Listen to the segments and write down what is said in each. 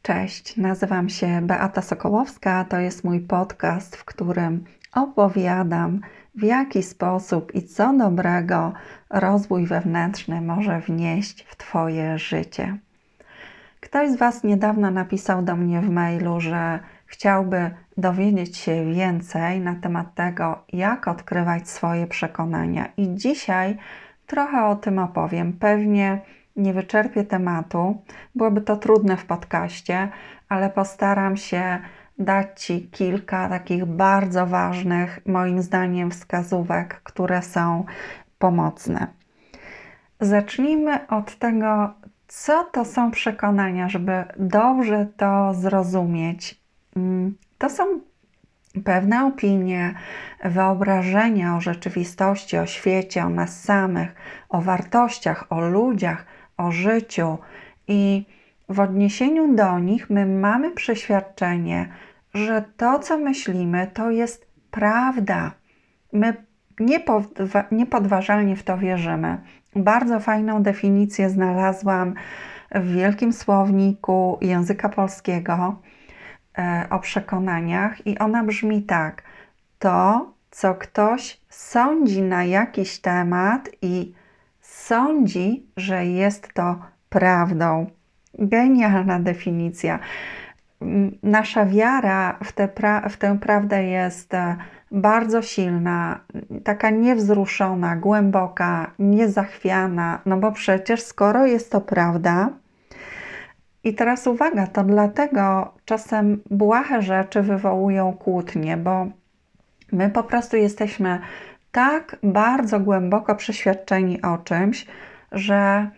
Cześć, nazywam się Beata Sokołowska, to jest mój podcast, w którym opowiadam, w jaki sposób i co dobrego rozwój wewnętrzny może wnieść w Twoje życie. Ktoś z Was niedawno napisał do mnie w mailu, że chciałby dowiedzieć się więcej na temat tego, jak odkrywać swoje przekonania. I dzisiaj trochę o tym opowiem. Pewnie nie wyczerpię tematu, byłoby to trudne w podcaście, ale postaram się dać Ci kilka takich bardzo ważnych, moim zdaniem, wskazówek, które są pomocne. Zacznijmy od tego, co to są przekonania, żeby dobrze to zrozumieć. To są pewne opinie, wyobrażenia o rzeczywistości, o świecie, o nas samych, o wartościach, o ludziach, o życiu i w odniesieniu do nich my mamy przeświadczenie, że to, co myślimy, to jest prawda. My niepodważalnie w to wierzymy. Bardzo fajną definicję znalazłam w Wielkim Słowniku Języka Polskiego o przekonaniach i ona brzmi tak: to, co ktoś sądzi na jakiś temat i sądzi, że jest to prawdą. Genialna definicja. Nasza wiara w tę prawdę jest bardzo silna, taka niewzruszona, głęboka, niezachwiana, no bo przecież skoro jest to prawda. I teraz uwaga, to dlatego czasem błahe rzeczy wywołują kłótnie, bo my po prostu jesteśmy tak bardzo głęboko przeświadczeni o czymś, że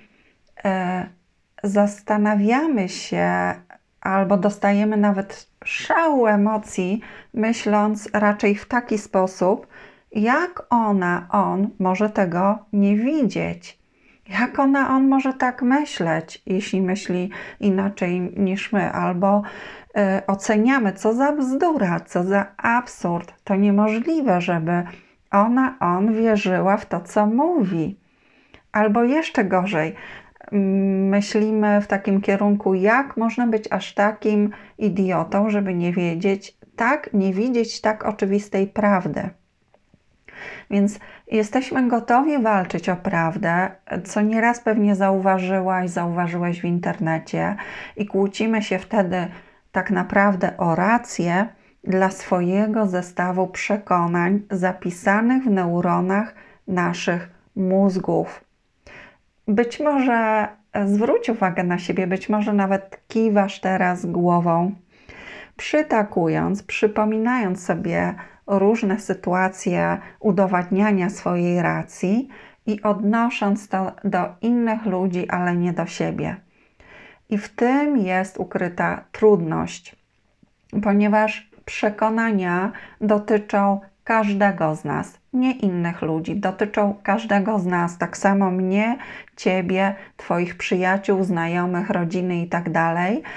zastanawiamy się albo dostajemy nawet szału emocji, myśląc raczej w taki sposób, jak on może tego nie widzieć. Jak on może tak myśleć, jeśli myśli inaczej niż my, albo oceniamy, co za bzdura, co za absurd. To niemożliwe, żeby on wierzyła w to, co mówi. Albo jeszcze gorzej, myślimy w takim kierunku, jak można być aż takim idiotą, żeby nie widzieć tak oczywistej prawdy. Więc jesteśmy gotowi walczyć o prawdę, co nieraz pewnie zauważyłeś w internecie i kłócimy się wtedy tak naprawdę o rację dla swojego zestawu przekonań zapisanych w neuronach naszych mózgów. Być może zwróć uwagę na siebie, być może nawet kiwasz teraz głową, przytakując, przypominając sobie różne sytuacje udowadniania swojej racji i odnosząc to do innych ludzi, ale nie do siebie. I w tym jest ukryta trudność, ponieważ przekonania dotyczą każdego z nas, nie innych ludzi, dotyczą każdego z nas, tak samo mnie, ciebie, twoich przyjaciół, znajomych, rodziny itd.,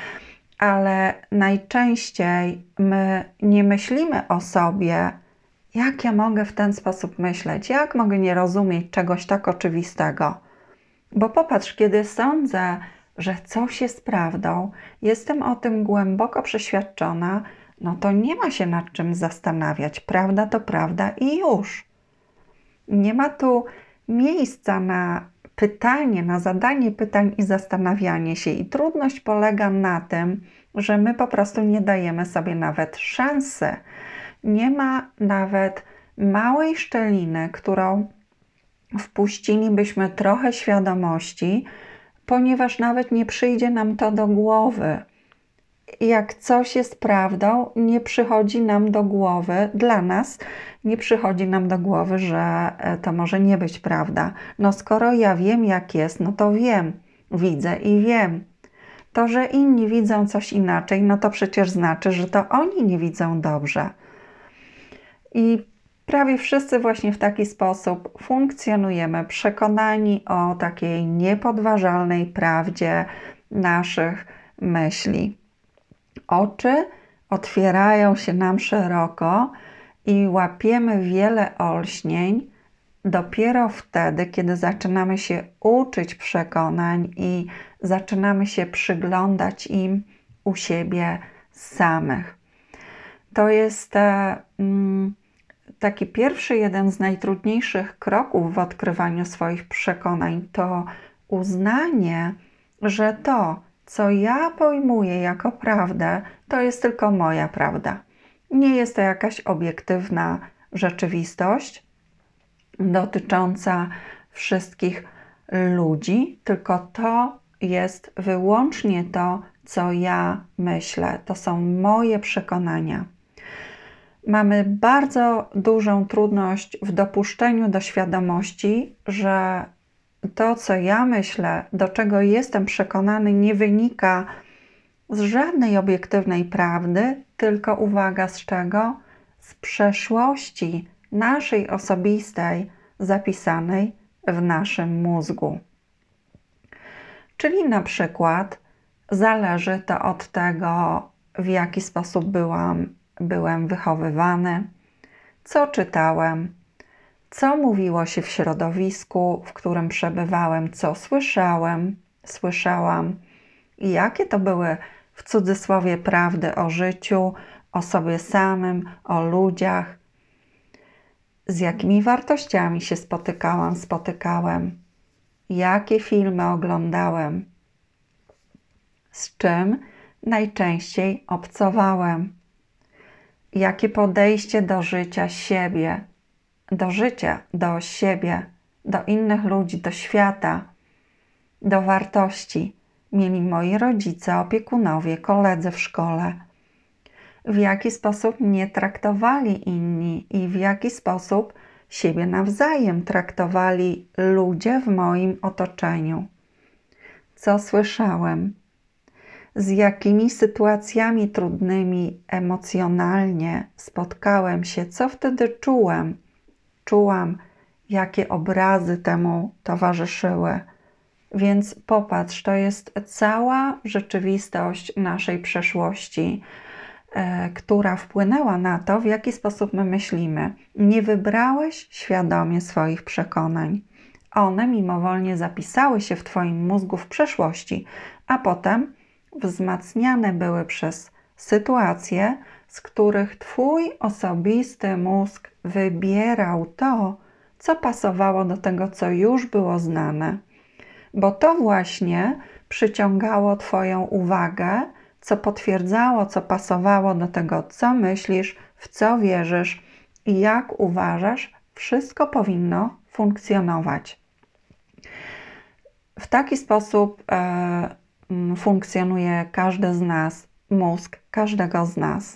ale najczęściej my nie myślimy o sobie, jak ja mogę w ten sposób myśleć, jak mogę nie rozumieć czegoś tak oczywistego. Bo popatrz, kiedy sądzę, że coś jest prawdą, jestem o tym głęboko przeświadczona, no to nie ma się nad czym zastanawiać. Prawda to prawda i już. Nie ma tu miejsca na pytanie, na zadanie pytań i zastanawianie się. I trudność polega na tym, że my po prostu nie dajemy sobie nawet szansy. Nie ma nawet małej szczeliny, którą wpuścilibyśmy trochę świadomości, ponieważ nawet nie przyjdzie nam to do głowy. Jak coś jest prawdą, nie przychodzi nam do głowy, dla nas nie przychodzi nam do głowy, że to może nie być prawda. No skoro ja wiem, jak jest, no to wiem, widzę i wiem. To, że inni widzą coś inaczej, no to przecież znaczy, że to oni nie widzą dobrze. I prawie wszyscy właśnie w taki sposób funkcjonujemy, przekonani o takiej niepodważalnej prawdzie naszych myśli. Oczy otwierają się nam szeroko i łapiemy wiele olśnień dopiero wtedy, kiedy zaczynamy się uczyć przekonań i zaczynamy się przyglądać im u siebie samych. To jest taki pierwszy, jeden z najtrudniejszych kroków w odkrywaniu swoich przekonań, to uznanie, że to, co ja pojmuję jako prawdę, to jest tylko moja prawda. Nie jest to jakaś obiektywna rzeczywistość dotycząca wszystkich ludzi, tylko to jest wyłącznie to, co ja myślę. To są moje przekonania. Mamy bardzo dużą trudność w dopuszczeniu do świadomości, że to, co ja myślę, do czego jestem przekonany, nie wynika z żadnej obiektywnej prawdy, tylko uwaga, z czego? Z przeszłości naszej osobistej, zapisanej w naszym mózgu. Czyli na przykład zależy to od tego, w jaki sposób byłem wychowywany, co czytałem, co mówiło się w środowisku, w którym przebywałem, co słyszałam i jakie to były w cudzysłowie prawdy o życiu, o sobie samym, o ludziach, z jakimi wartościami się spotykałem, jakie filmy oglądałem, z czym najczęściej obcowałem, jakie podejście do życia siebie, do innych ludzi, do świata, do wartości mieli moi rodzice, opiekunowie, koledzy w szkole. W jaki sposób mnie traktowali inni i w jaki sposób siebie nawzajem traktowali ludzie w moim otoczeniu. Co słyszałem? Z jakimi sytuacjami trudnymi emocjonalnie spotkałem się? Co wtedy czułem? Czułam, jakie obrazy temu towarzyszyły. Więc popatrz, to jest cała rzeczywistość naszej przeszłości, która wpłynęła na to, w jaki sposób my myślimy. Nie wybrałeś świadomie swoich przekonań. One mimowolnie zapisały się w Twoim mózgu w przeszłości, a potem wzmacniane były przez sytuacje, z których Twój osobisty mózg wybierał to, co pasowało do tego, co już było znane. Bo to właśnie przyciągało Twoją uwagę, co potwierdzało, co pasowało do tego, co myślisz, w co wierzysz i jak uważasz, wszystko powinno funkcjonować. W taki sposób funkcjonuje każdy z nas, mózg każdego z nas.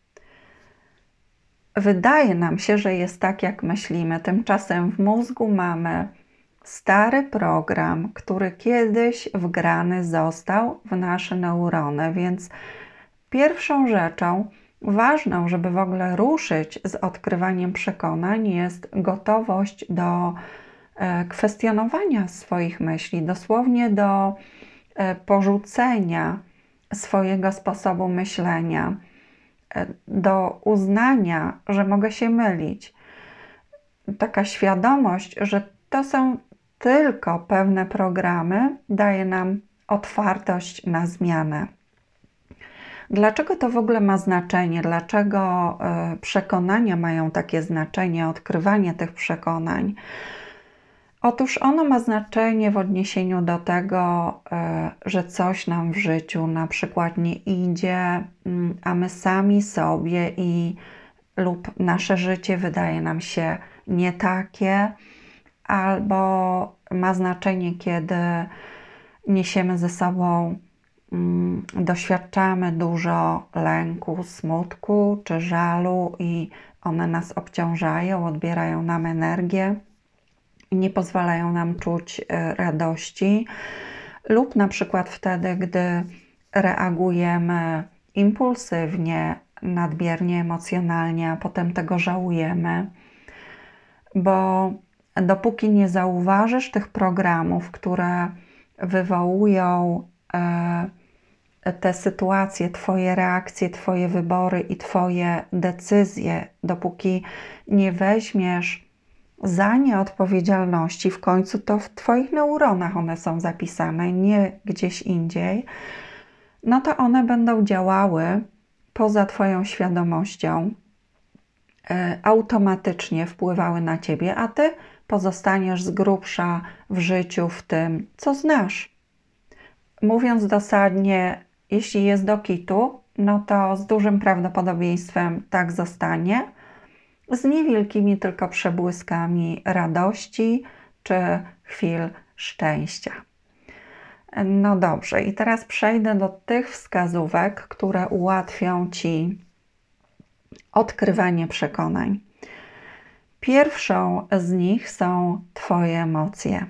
Wydaje nam się, że jest tak, jak myślimy. Tymczasem w mózgu mamy stary program, który kiedyś wgrany został w nasze neurony, więc pierwszą rzeczą ważną, żeby w ogóle ruszyć z odkrywaniem przekonań, jest gotowość do kwestionowania swoich myśli, dosłownie do porzucenia swojego sposobu myślenia, do uznania, że mogę się mylić. Taka świadomość, że to są tylko pewne programy, daje nam otwartość na zmianę. Dlaczego to w ogóle ma znaczenie? Dlaczego przekonania mają takie znaczenie, odkrywanie tych przekonań? Otóż ono ma znaczenie w odniesieniu do tego, że coś nam w życiu na przykład nie idzie, a my sami sobie lub nasze życie wydaje nam się nie takie, albo ma znaczenie, kiedy niesiemy ze sobą, doświadczamy dużo lęku, smutku czy żalu i one nas obciążają, odbierają nam energię i nie pozwalają nam czuć radości, lub na przykład wtedy, gdy reagujemy impulsywnie, nadmiernie emocjonalnie, a potem tego żałujemy, bo dopóki nie zauważysz tych programów, które wywołują te sytuacje, Twoje reakcje, Twoje wybory i Twoje decyzje, dopóki nie weźmiesz za nie odpowiedzialności, w końcu to w Twoich neuronach one są zapisane, nie gdzieś indziej, no to one będą działały poza Twoją świadomością, automatycznie wpływały na Ciebie, a Ty pozostaniesz z grubsza w życiu w tym, co znasz. Mówiąc dosadnie, jeśli jest do kitu, no to z dużym prawdopodobieństwem tak zostanie, z niewielkimi tylko przebłyskami radości czy chwil szczęścia. No dobrze, i teraz przejdę do tych wskazówek, które ułatwią Ci odkrywanie przekonań. Pierwszą z nich są Twoje emocje.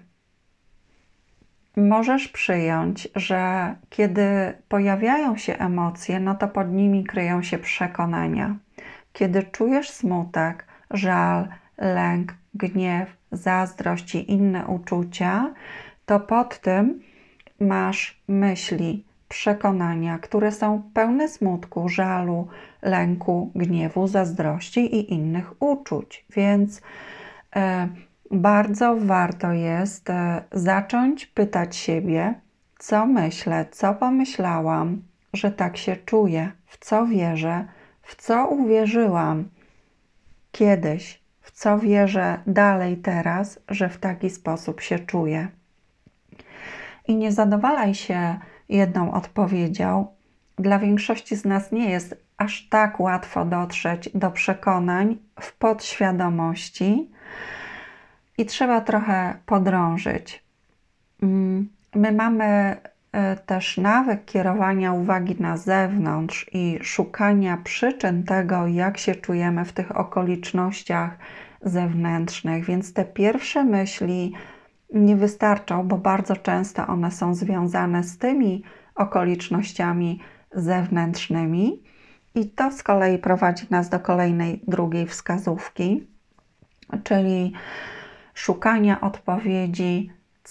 Możesz przyjąć, że kiedy pojawiają się emocje, no to pod nimi kryją się przekonania. Kiedy czujesz smutek, żal, lęk, gniew, zazdrość i inne uczucia, to pod tym masz myśli, przekonania, które są pełne smutku, żalu, lęku, gniewu, zazdrości i innych uczuć. Więc bardzo warto jest zacząć pytać siebie, co myślę, co pomyślałam, że tak się czuję, w co wierzę, w co uwierzyłam kiedyś, w co wierzę dalej teraz, że w taki sposób się czuję. I nie zadowalaj się jedną odpowiedzią. Dla większości z nas nie jest aż tak łatwo dotrzeć do przekonań w podświadomości i trzeba trochę podrążyć. My mamy też nawyk kierowania uwagi na zewnątrz i szukania przyczyn tego, jak się czujemy w tych okolicznościach zewnętrznych, więc te pierwsze myśli nie wystarczą, bo bardzo często one są związane z tymi okolicznościami zewnętrznymi i to z kolei prowadzi nas do drugiej wskazówki, czyli szukania odpowiedzi,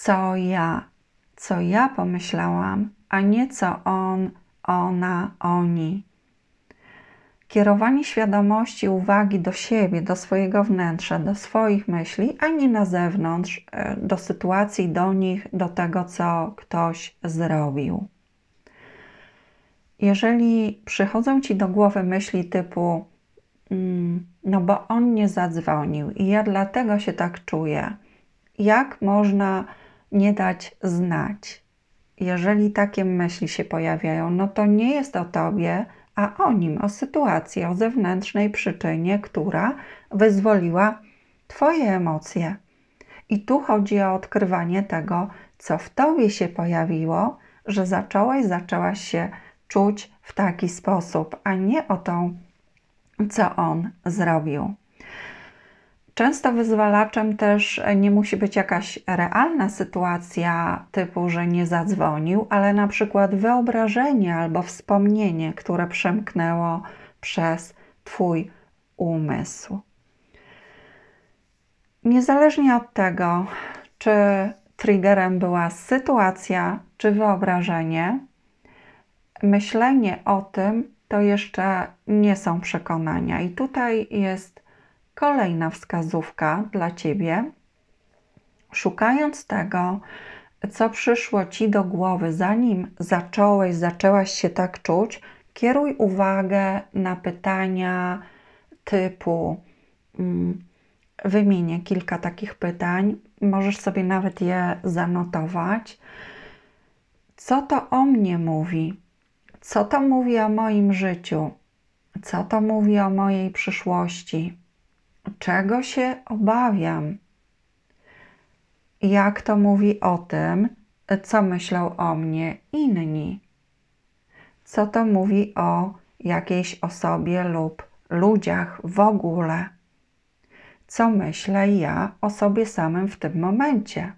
co ja pomyślałam, a nie co on, ona, oni. Kierowanie świadomości, uwagi do siebie, do swojego wnętrza, do swoich myśli, a nie na zewnątrz, do sytuacji, do nich, do tego, co ktoś zrobił. Jeżeli przychodzą Ci do głowy myśli typu no bo on nie zadzwonił i ja dlatego się tak czuję, jak można nie dać znać? Jeżeli takie myśli się pojawiają, no to nie jest o Tobie, a o nim, o sytuacji, o zewnętrznej przyczynie, która wyzwoliła Twoje emocje. I tu chodzi o odkrywanie tego, co w Tobie się pojawiło, że zaczęłaś się czuć w taki sposób, a nie o to, co on zrobił. Często wyzwalaczem też nie musi być jakaś realna sytuacja typu, że nie zadzwonił, ale na przykład wyobrażenie albo wspomnienie, które przemknęło przez Twój umysł. Niezależnie od tego, czy triggerem była sytuacja, czy wyobrażenie, myślenie o tym to jeszcze nie są przekonania. I tutaj jest kolejna wskazówka dla Ciebie. Szukając tego, co przyszło Ci do głowy, zanim zaczęłaś się tak czuć, kieruj uwagę na pytania typu, wymienię kilka takich pytań, możesz sobie nawet je zanotować. Co to o mnie mówi? Co to mówi o moim życiu? Co to mówi o mojej przyszłości? Czego się obawiam? Jak to mówi o tym, co myślą o mnie inni? Co to mówi o jakiejś osobie lub ludziach w ogóle? Co myślę ja o sobie samym w tym momencie?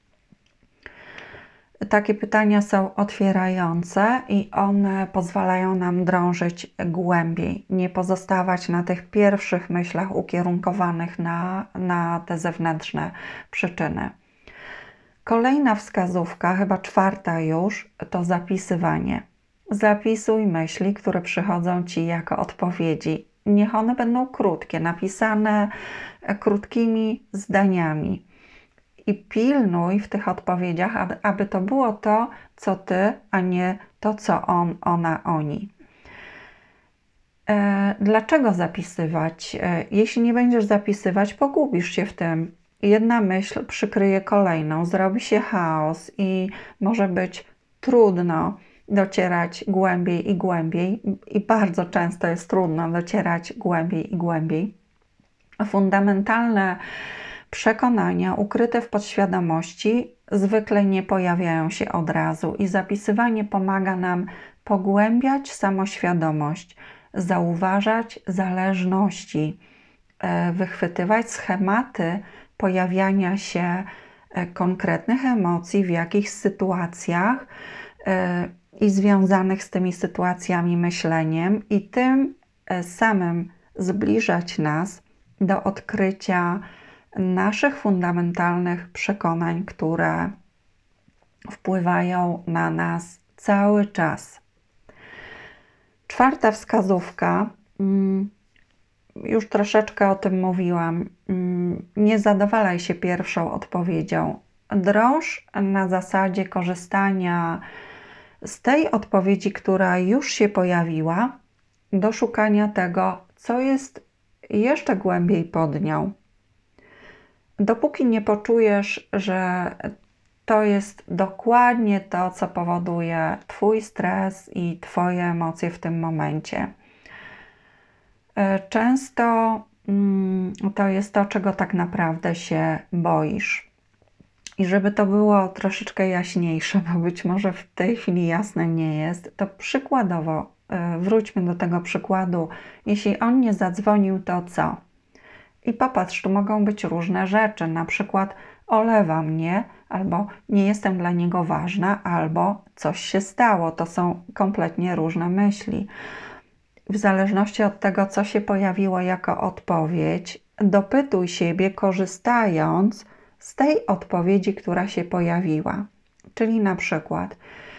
Takie pytania są otwierające i one pozwalają nam drążyć głębiej, nie pozostawać na tych pierwszych myślach ukierunkowanych na te zewnętrzne przyczyny. Kolejna wskazówka, chyba czwarta już, to zapisywanie. Zapisuj myśli, które przychodzą Ci jako odpowiedzi. Niech one będą krótkie, napisane krótkimi zdaniami. I pilnuj w tych odpowiedziach, aby to było to, co Ty, a nie to, co on, ona, oni. Dlaczego zapisywać? Jeśli nie będziesz zapisywać, pogubisz się w tym. Jedna myśl przykryje kolejną, zrobi się chaos i może być trudno docierać głębiej i głębiej, i bardzo często jest trudno docierać głębiej i głębiej. Fundamentalne przekonania ukryte w podświadomości zwykle nie pojawiają się od razu i zapisywanie pomaga nam pogłębiać samoświadomość, zauważać zależności, wychwytywać schematy pojawiania się konkretnych emocji w jakichś sytuacjach i związanych z tymi sytuacjami myśleniem i tym samym zbliżać nas do odkrycia naszych fundamentalnych przekonań, które wpływają na nas cały czas. Czwarta wskazówka, już troszeczkę o tym mówiłam, nie zadowalaj się pierwszą odpowiedzią. Drąż na zasadzie korzystania z tej odpowiedzi, która już się pojawiła, do szukania tego, co jest jeszcze głębiej pod nią. Dopóki nie poczujesz, że to jest dokładnie to, co powoduje Twój stres i Twoje emocje w tym momencie. Często to jest to, czego tak naprawdę się boisz. I żeby to było troszeczkę jaśniejsze, bo być może w tej chwili jasne nie jest, to przykładowo, wróćmy do tego przykładu, jeśli on nie zadzwonił, to co? I popatrz, tu mogą być różne rzeczy, na przykład olewa mnie, albo nie jestem dla niego ważna, albo coś się stało. To są kompletnie różne myśli. W zależności od tego, co się pojawiło jako odpowiedź, dopytuj siebie, korzystając z tej odpowiedzi, która się pojawiła. Czyli na przykład,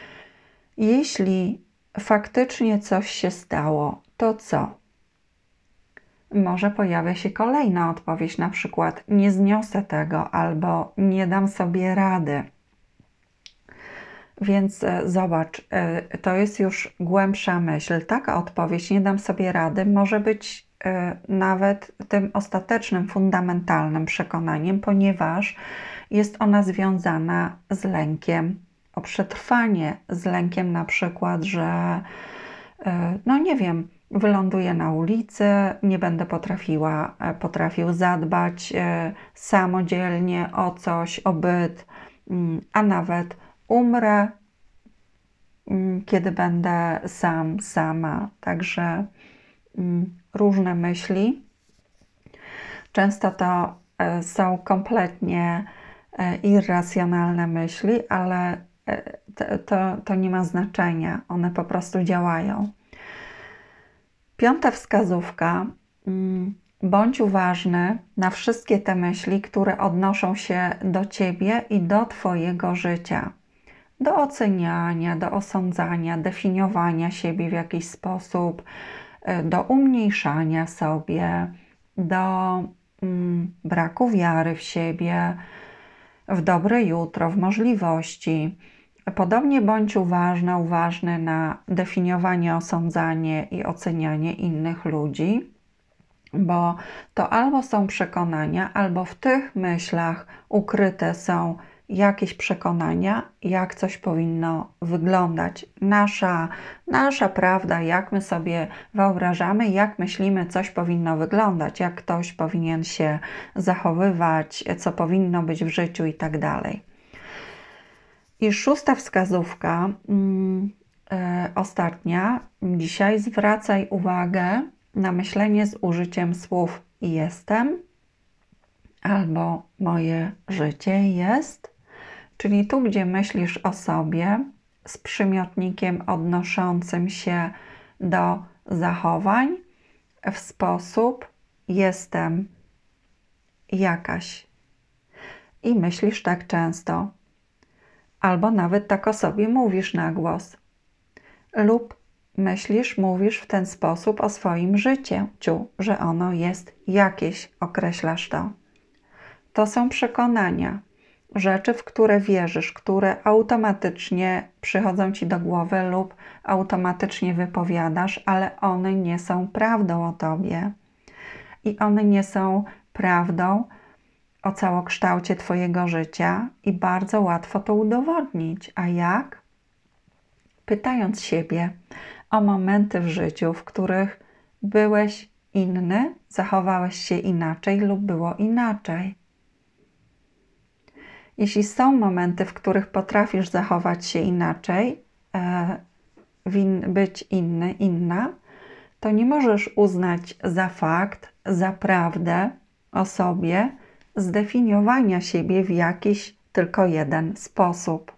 jeśli faktycznie coś się stało, to co? Może pojawia się kolejna odpowiedź, na przykład nie zniosę tego albo nie dam sobie rady. Więc zobacz, to jest już głębsza myśl. Taka odpowiedź, nie dam sobie rady, może być nawet tym ostatecznym, fundamentalnym przekonaniem, ponieważ jest ona związana z lękiem o przetrwanie, z lękiem na przykład, że no nie wiem, wyląduję na ulicy, nie będę potrafił zadbać samodzielnie o coś, o byt, a nawet umrę, kiedy będę sam, sama. Także różne myśli. Często to są kompletnie irracjonalne myśli, ale to nie ma znaczenia. One po prostu działają. Piąta wskazówka. Bądź uważny na wszystkie te myśli, które odnoszą się do Ciebie i do Twojego życia. Do oceniania, do osądzania, definiowania siebie w jakiś sposób, do umniejszania sobie, do braku wiary w siebie, w dobre jutro, w możliwości. Podobnie bądź uważny na definiowanie, osądzanie i ocenianie innych ludzi, bo to albo są przekonania, albo w tych myślach ukryte są jakieś przekonania, jak coś powinno wyglądać. Nasza prawda, jak my sobie wyobrażamy, jak myślimy, coś powinno wyglądać, jak ktoś powinien się zachowywać, co powinno być w życiu i tak dalej. I szósta wskazówka, ostatnia dzisiaj, zwracaj uwagę na myślenie z użyciem słów jestem albo moje życie jest, czyli tu, gdzie myślisz o sobie z przymiotnikiem odnoszącym się do zachowań w sposób jestem jakaś. I myślisz tak często. Albo nawet tak o sobie mówisz na głos. Lub myślisz, mówisz w ten sposób o swoim życiu, że ono jest jakieś, określasz to. To są przekonania. rzeczy, w które wierzysz, które automatycznie przychodzą ci do głowy lub automatycznie wypowiadasz, ale one nie są prawdą o tobie. I one nie są prawdą o całokształcie twojego życia i bardzo łatwo to udowodnić. A jak? Pytając siebie o momenty w życiu, w których byłeś inny, zachowałeś się inaczej lub było inaczej. Jeśli są momenty, w których potrafisz zachować się inaczej, być inny, inna, to nie możesz uznać za fakt, za prawdę o sobie zdefiniowania siebie w jakiś tylko jeden sposób.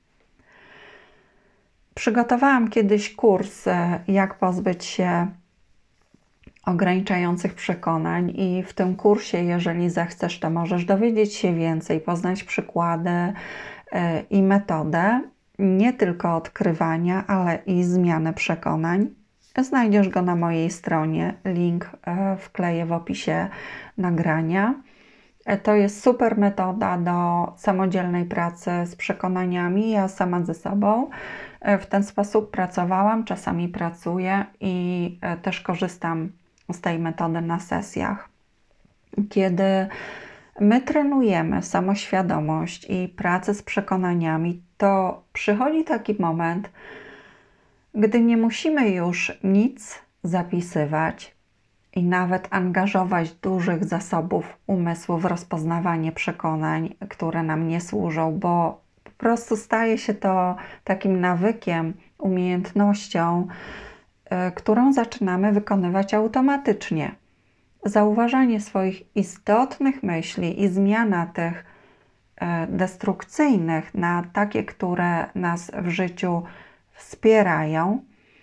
Przygotowałam kiedyś kurs, jak pozbyć się ograniczających przekonań i w tym kursie, jeżeli zechcesz, to możesz dowiedzieć się więcej, poznać przykłady i metodę nie tylko odkrywania, ale i zmiany przekonań. Znajdziesz go na mojej stronie, link wkleję w opisie nagrania. To jest super metoda do samodzielnej pracy z przekonaniami. Ja sama ze sobą w ten sposób pracowałam, czasami pracuję i też korzystam z tej metody na sesjach. Kiedy my trenujemy samoświadomość i pracę z przekonaniami, to przychodzi taki moment, gdy nie musimy już nic zapisywać i nawet angażować dużych zasobów umysłu w rozpoznawanie przekonań, które nam nie służą, bo po prostu staje się to takim nawykiem, umiejętnością, którą zaczynamy wykonywać automatycznie. Zauważanie swoich istotnych myśli i zmiana tych destrukcyjnych na takie, które nas w życiu wspierają,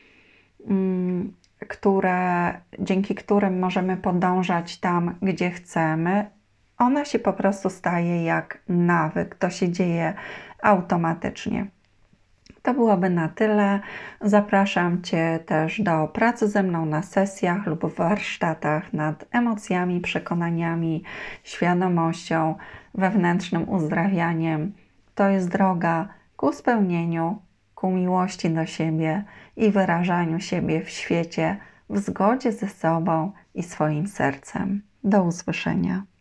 dzięki którym możemy podążać tam, gdzie chcemy, ona się po prostu staje jak nawyk. To się dzieje automatycznie. To byłoby na tyle. Zapraszam Cię też do pracy ze mną na sesjach lub w warsztatach nad emocjami, przekonaniami, świadomością, wewnętrznym uzdrawianiem. To jest droga ku spełnieniu, ku miłości do siebie i wyrażaniu siebie w świecie w zgodzie ze sobą i swoim sercem. Do usłyszenia.